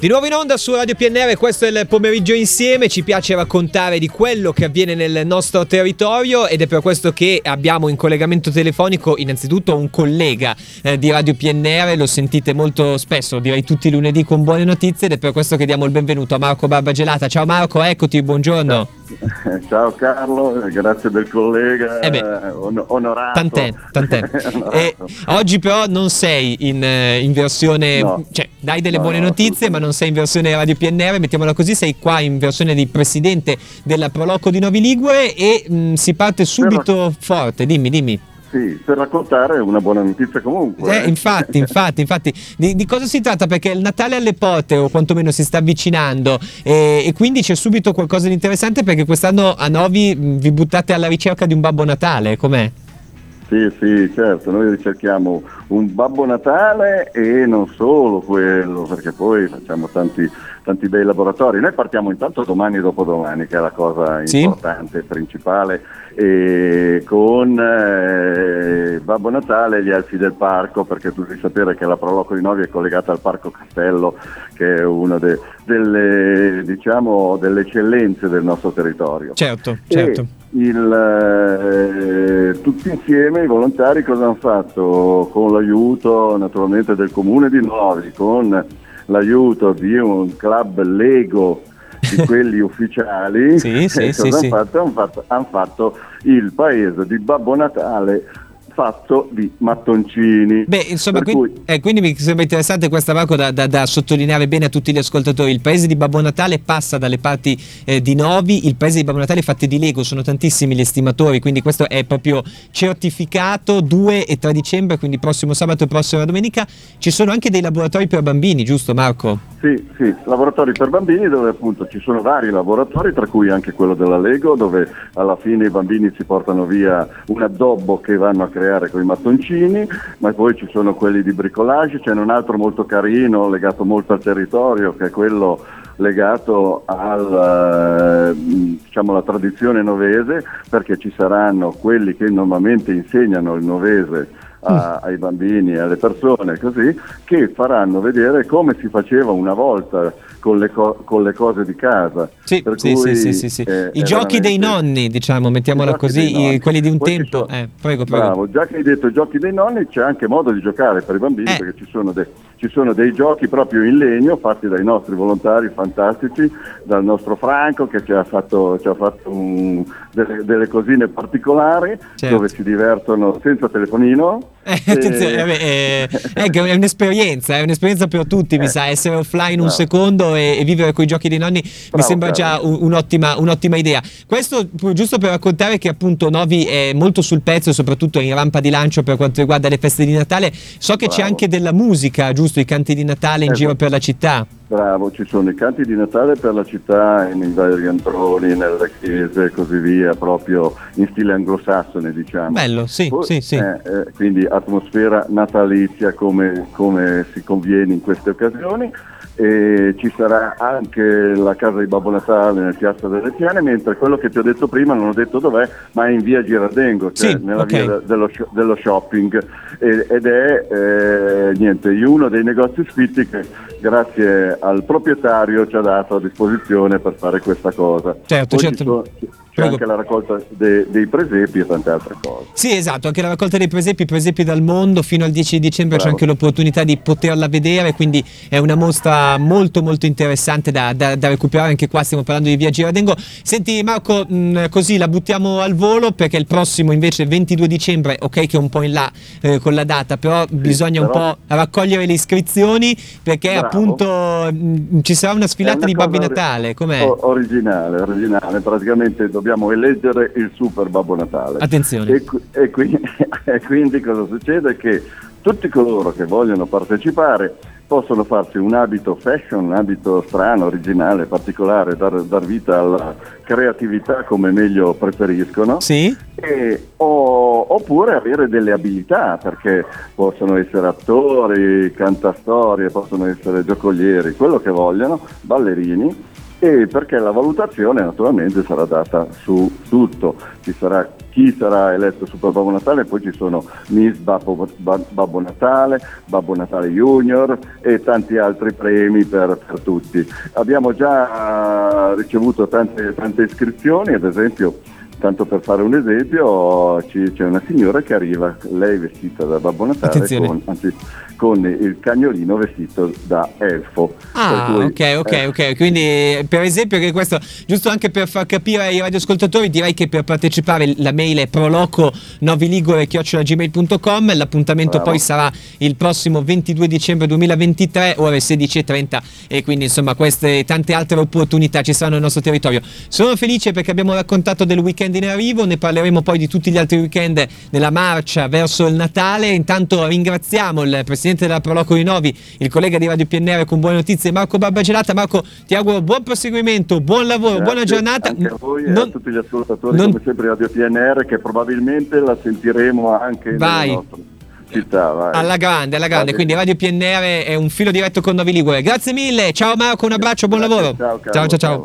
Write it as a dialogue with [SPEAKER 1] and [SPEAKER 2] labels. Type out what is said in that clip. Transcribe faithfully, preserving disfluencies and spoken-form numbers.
[SPEAKER 1] Di nuovo in onda su Radio P N R, questo è il pomeriggio insieme, ci piace raccontare di quello che avviene nel nostro territorio ed è per questo che abbiamo in collegamento telefonico innanzitutto un collega eh, di Radio P N R, lo sentite molto spesso, direi tutti i lunedì con buone notizie ed è per questo che diamo il benvenuto a Marco Barbagelata. Ciao Marco, eccoti, buongiorno.
[SPEAKER 2] Ciao Carlo, grazie del collega,
[SPEAKER 1] eh beh,
[SPEAKER 2] on- onorato.
[SPEAKER 1] Tant'è, tant'è. onorato. E oggi però non sei in, in versione,
[SPEAKER 2] no.
[SPEAKER 1] cioè dai delle
[SPEAKER 2] no,
[SPEAKER 1] buone
[SPEAKER 2] no,
[SPEAKER 1] notizie, ma non sei in versione Radio P N R, mettiamola così, sei qua in versione di presidente della Proloco di Novi Ligure e mh, si parte subito per... forte, dimmi, dimmi.
[SPEAKER 2] Sì, per raccontare una buona notizia comunque.
[SPEAKER 1] Eh, infatti, infatti, infatti. Di, di cosa si tratta? Perché il Natale è alle porte, o quantomeno si sta avvicinando, e, e quindi c'è subito qualcosa di interessante perché quest'anno a Novi mh, vi buttate alla ricerca di un Babbo Natale, com'è?
[SPEAKER 2] Sì, sì, certo, noi ricerchiamo un Babbo Natale e non solo quello, perché poi facciamo tanti, tanti bei laboratori. Noi partiamo intanto domani e dopodomani, che è la cosa
[SPEAKER 1] sì?
[SPEAKER 2] importante, principale, e con eh, Babbo Natale e gli elfi del parco, perché tu devi sapere che la Proloco di Novi è collegata al Parco Castello, che è una de, delle, diciamo, delle eccellenze del nostro territorio.
[SPEAKER 1] Certo, certo.
[SPEAKER 2] E il, eh, tutti insieme i volontari cosa hanno fatto? Con l'aiuto naturalmente del comune di Novi, con l'aiuto di un club Lego di quelli ufficiali,
[SPEAKER 1] sì, sì,
[SPEAKER 2] cosa
[SPEAKER 1] sì,
[SPEAKER 2] hanno,
[SPEAKER 1] sì.
[SPEAKER 2] fatto? Hanno, fatto, hanno fatto il paese di Babbo Natale fatto di mattoncini.
[SPEAKER 1] Beh, insomma, quindi,
[SPEAKER 2] cui...
[SPEAKER 1] eh, quindi mi sembra interessante questa, Marco, da, da, da sottolineare bene a tutti gli ascoltatori. Il paese di Babbo Natale passa dalle parti eh, di Novi, il paese di Babbo Natale è fatto di Lego, sono tantissimi gli estimatori, quindi questo è proprio certificato. Due e tre dicembre, quindi prossimo sabato e prossima domenica, ci sono anche dei laboratori per bambini, giusto Marco?
[SPEAKER 2] Sì, sì, laboratori per bambini dove appunto ci sono vari laboratori, tra cui anche quello della Lego, dove alla fine i bambini si portano via un addobbo che vanno a creare con i mattoncini, ma poi ci sono quelli di bricolage, c'è un altro molto carino, legato molto al territorio, che è quello legato al, diciamo, alla tradizione novese, perché ci saranno quelli che normalmente insegnano il novese A, ai bambini e alle persone così, che faranno vedere come si faceva una volta con le, co- con le cose di casa.
[SPEAKER 1] Sì,
[SPEAKER 2] per
[SPEAKER 1] sì,
[SPEAKER 2] cui,
[SPEAKER 1] sì, sì, sì.
[SPEAKER 2] eh,
[SPEAKER 1] I giochi dei nonni, diciamo, mettiamola così, i, quelli di un
[SPEAKER 2] Poi
[SPEAKER 1] tempo.
[SPEAKER 2] sono,
[SPEAKER 1] eh, prego, prego.
[SPEAKER 2] Bravo, già che hai detto giochi dei nonni, c'è anche modo di giocare per i bambini,
[SPEAKER 1] eh.
[SPEAKER 2] perché ci sono, de- ci sono dei giochi proprio in legno fatti dai nostri volontari fantastici, dal nostro Franco che ci ha fatto, ci ha fatto un, delle, delle cosine particolari,
[SPEAKER 1] certo,
[SPEAKER 2] dove si divertono senza telefonino.
[SPEAKER 1] Eh, attenzione, eh, eh, è un'esperienza, è un'esperienza per tutti, mi
[SPEAKER 2] eh,
[SPEAKER 1] sa, essere offline
[SPEAKER 2] bravo.
[SPEAKER 1] un secondo e, e vivere con i giochi dei nonni. Bravo, mi sembra già un, un'ottima, un'ottima idea. Questo giusto per raccontare che appunto Novi è molto sul pezzo, soprattutto in rampa di lancio per quanto riguarda le feste di Natale. So che Bravo. C'è anche della musica, giusto? I canti di Natale in
[SPEAKER 2] esatto.
[SPEAKER 1] giro per la città.
[SPEAKER 2] Bravo, ci sono i canti di Natale per la città, nei vari antroni, nelle chiese e così via, proprio in stile anglosassone, diciamo.
[SPEAKER 1] Bello, sì,
[SPEAKER 2] Poi,
[SPEAKER 1] sì, sì.
[SPEAKER 2] Eh, eh, quindi atmosfera natalizia come, come si conviene in queste occasioni. E ci sarà anche la casa di Babbo Natale nel Piazza delle Tiane, mentre quello che ti ho detto prima non ho detto dov'è, ma è in via Girardengo, cioè
[SPEAKER 1] sì,
[SPEAKER 2] nella
[SPEAKER 1] okay.
[SPEAKER 2] via dello, dello shopping, e, ed è eh, niente, uno dei negozi sfitti che grazie al proprietario ci ha dato a disposizione per fare questa cosa.
[SPEAKER 1] Certo,
[SPEAKER 2] Poi
[SPEAKER 1] certo.
[SPEAKER 2] Sono, c'è anche la raccolta de, dei presepi e tante altre cose.
[SPEAKER 1] Sì, esatto, anche la raccolta dei presepi, presepi dal mondo, fino al dieci di dicembre. Bravo. C'è anche l'opportunità di poterla vedere, quindi è una mostra molto molto interessante da, da, da recuperare. Anche qua stiamo parlando di via Girardengo. Senti Marco, mh, così la buttiamo al volo, perché il prossimo invece ventidue dicembre, ok che è un po' in là eh, con la data, però sì, bisogna però... un po' raccogliere le iscrizioni, perché Bravo. appunto mh, ci sarà una sfilata una di Babbi Natale. Com'è?
[SPEAKER 2] O- originale, originale, praticamente dobbiamo eleggere il super Babbo Natale.
[SPEAKER 1] Attenzione.
[SPEAKER 2] E, e, quindi, e quindi cosa succede? Che tutti coloro che vogliono partecipare possono farsi un abito fashion, un abito strano, originale, particolare, dar, dar vita alla creatività come meglio preferiscono.
[SPEAKER 1] Sì.
[SPEAKER 2] E, o, oppure avere delle abilità, perché possono essere attori, cantastorie, possono essere giocolieri, quello che vogliono, ballerini. E perché la valutazione naturalmente sarà data su tutto, ci sarà chi sarà eletto Super Babbo Natale, poi ci sono Miss Babbo, Babbo Natale, Babbo Natale Junior e tanti altri premi per, per tutti. Abbiamo già ricevuto tante, tante iscrizioni, ad esempio, tanto per fare un esempio, ci, c'è una signora che arriva, lei vestita da Babbo Natale, con, anzi, con il cagnolino vestito da elfo.
[SPEAKER 1] Ah, cui, ok, ok, eh. ok. Quindi, per esempio, che questo, giusto anche per far capire ai radioascoltatori, direi che per partecipare la mail è proloco noviligure chiocciola gmail punto com. L'appuntamento Bravo. Poi sarà il prossimo ventidue dicembre duemilaventitré, ore sedici e trenta, e quindi insomma queste e tante altre opportunità ci saranno nel nostro territorio. Sono felice perché abbiamo raccontato del weekend in arrivo, ne parleremo poi di tutti gli altri weekend nella marcia verso il Natale. Intanto ringraziamo il presidente della Proloco Rinnovi, il collega di Radio P N R con buone notizie, Marco Barbagelata. Marco, ti auguro buon proseguimento, buon lavoro, Grazie, buona giornata.
[SPEAKER 2] Anche a voi non, e a tutti gli ascoltatori,
[SPEAKER 1] non,
[SPEAKER 2] come sempre Radio P N R, che probabilmente la sentiremo anche
[SPEAKER 1] vai.
[SPEAKER 2] nella nostra città. Vai.
[SPEAKER 1] Alla grande, alla grande, quindi Radio P N R è un filo diretto con Novi Ligure. Grazie mille, ciao Marco, un abbraccio, buon
[SPEAKER 2] Grazie,
[SPEAKER 1] lavoro.
[SPEAKER 2] Ciao, caro,
[SPEAKER 1] ciao, ciao. ciao.